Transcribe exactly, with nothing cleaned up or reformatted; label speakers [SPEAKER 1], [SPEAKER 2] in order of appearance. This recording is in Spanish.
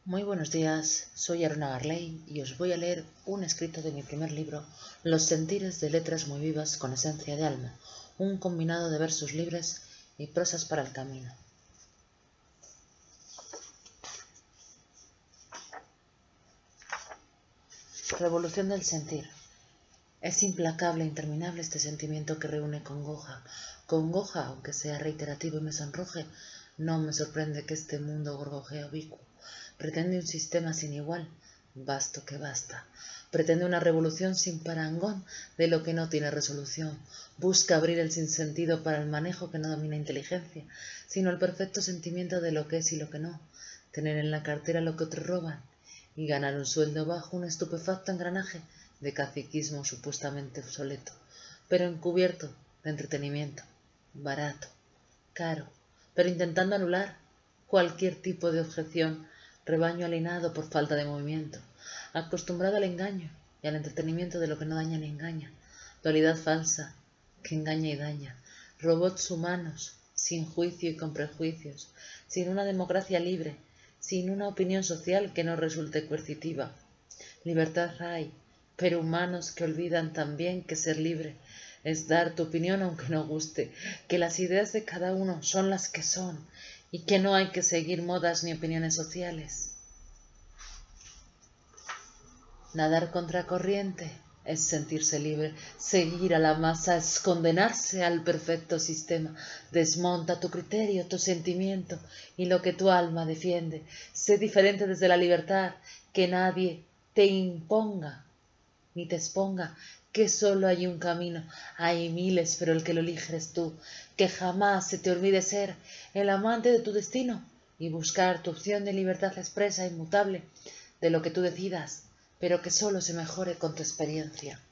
[SPEAKER 1] Muy buenos días, soy Aruna Garley y os voy a leer un escrito de mi primer libro, Los sentires de letras muy vivas con esencia de alma, un combinado de versos libres y prosas para el camino. Revolución del sentir. Es implacable e interminable este sentimiento que reúne congoja. Congoja, aunque sea reiterativo y me sonroje, no me sorprende que este mundo gorgojea ubicuo. Pretende un sistema sin igual, vasto que basta. Pretende una revolución sin parangón de lo que no tiene resolución. Busca abrir el sinsentido para el manejo que no domina inteligencia, sino el perfecto sentimiento de lo que es y lo que no. Tener en la cartera lo que otros roban y ganar un sueldo bajo un estupefacto engranaje de caciquismo supuestamente obsoleto, pero encubierto de entretenimiento, barato, caro, pero intentando anular cualquier tipo de objeción, rebaño alienado por falta de movimiento, acostumbrado al engaño y al entretenimiento de lo que no daña ni engaña, dualidad falsa que engaña y daña, robots humanos sin juicio y con prejuicios, sin una democracia libre, sin una opinión social que no resulte coercitiva. Libertad hay, pero humanos que olvidan también que ser libre es dar tu opinión aunque no guste, que las ideas de cada uno son las que son y que no hay que seguir modas ni opiniones sociales. Nadar contracorriente es sentirse libre, seguir a la masa es condenarse al perfecto sistema. Desmonta tu criterio, tu sentimiento y lo que tu alma defiende. Sé diferente desde la libertad, que nadie te imponga ni te exponga, que solo hay un camino, hay miles, pero el que lo elige eres tú. Que jamás se te olvide ser el amante de tu destino y buscar tu opción de libertad expresa, inmutable, de lo que tú decidas, pero que solo se mejore con tu experiencia.